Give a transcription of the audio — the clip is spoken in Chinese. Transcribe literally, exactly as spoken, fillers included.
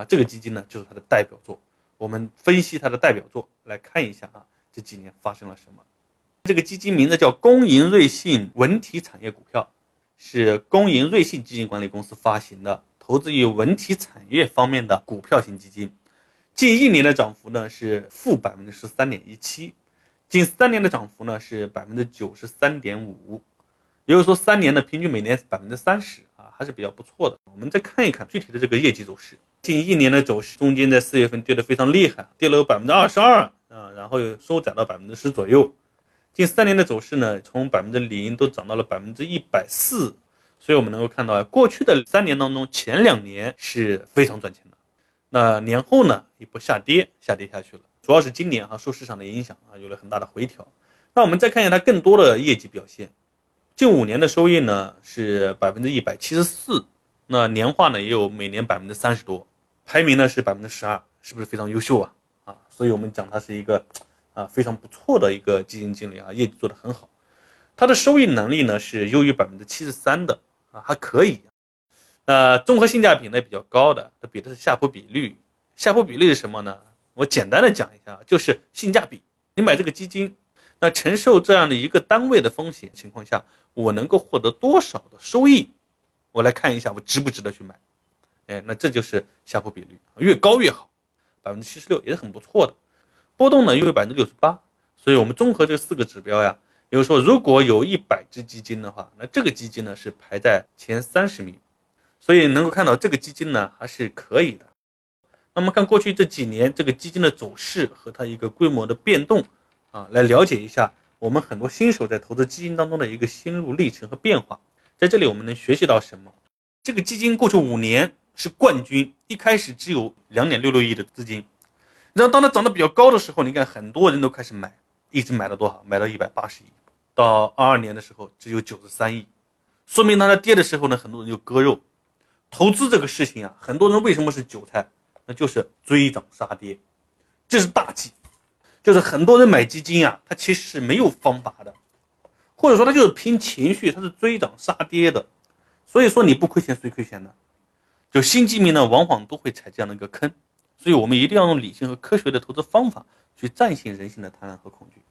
啊，这个基金呢就是它的代表作。我们分析它的代表作来看一下啊，这几年发生了什么。这个基金名字叫工银瑞信文体产业股票，是工银瑞信基金管理公司发行的，投资于文体产业方面的股票型基金。近一年的涨幅呢是负百分之十三点一七，近三年的涨幅呢是百分之九十三点五，也就是说三年的平均每年百分之三十啊，还是比较不错的。我们再看一看具体的这个业绩走势。近一年的走势，中间在四月份跌得非常厉害，跌了有百分之二十二啊，然后又收窄到百分之十左右。近三年的走势呢，从百分之零都涨到了百分之一百四，所以我们能够看到啊，过去的三年当中，前两年是非常赚钱的，那年后呢一波下跌，下跌下去了，主要是今年啊受市场的影响啊有了很大的回调。那我们再看一下它更多的业绩表现，近五年的收益呢是百分之一百七十四，那年化呢也有每年百分之三十多，排名呢是百分之十二，是不是非常优秀啊？啊，所以我们讲它是一个。啊，非常不错的一个基金经理啊，业绩做得很好，它的收益能力呢是优于百分之七十三的啊，还可以。呃，综合性价比呢比较高的，它比的是夏普比率。夏普比率是什么呢？我简单的讲一下，就是性价比。你买这个基金，那承受这样的一个单位的风险情况下，我能够获得多少的收益？我来看一下，我值不值得去买？哎，那这就是夏普比率，越高越好，百分之七十六也是很不错的。波动呢又有百分之六十八，所以我们综合这四个指标呀，也就是说，如果有一百只基金的话，那这个基金呢是排在前三十名，所以能够看到这个基金呢还是可以的。那么看过去这几年这个基金的走势和它一个规模的变动啊，来了解一下我们很多新手在投资基金当中的一个心路历程和变化。在这里我们能学习到什么？这个基金过去五年是冠军，一开始只有两点六六亿的资金。然后当它涨得比较高的时候，你看很多人都开始买，一直买到多少？买到一百八十亿。到二二年的时候只有九十三亿，说明它在跌的时候呢，很多人就割肉。投资这个事情啊，很多人为什么是韭菜？那就是追涨杀跌，这是大忌。就是很多人买基金啊，他其实是没有方法的，或者说他就是凭情绪，他是追涨杀跌的。所以说你不亏钱谁亏钱呢？就新基民呢，往往都会踩这样的一个坑。所以我们一定要用理性和科学的投资方法去战胜人性的贪婪和恐惧。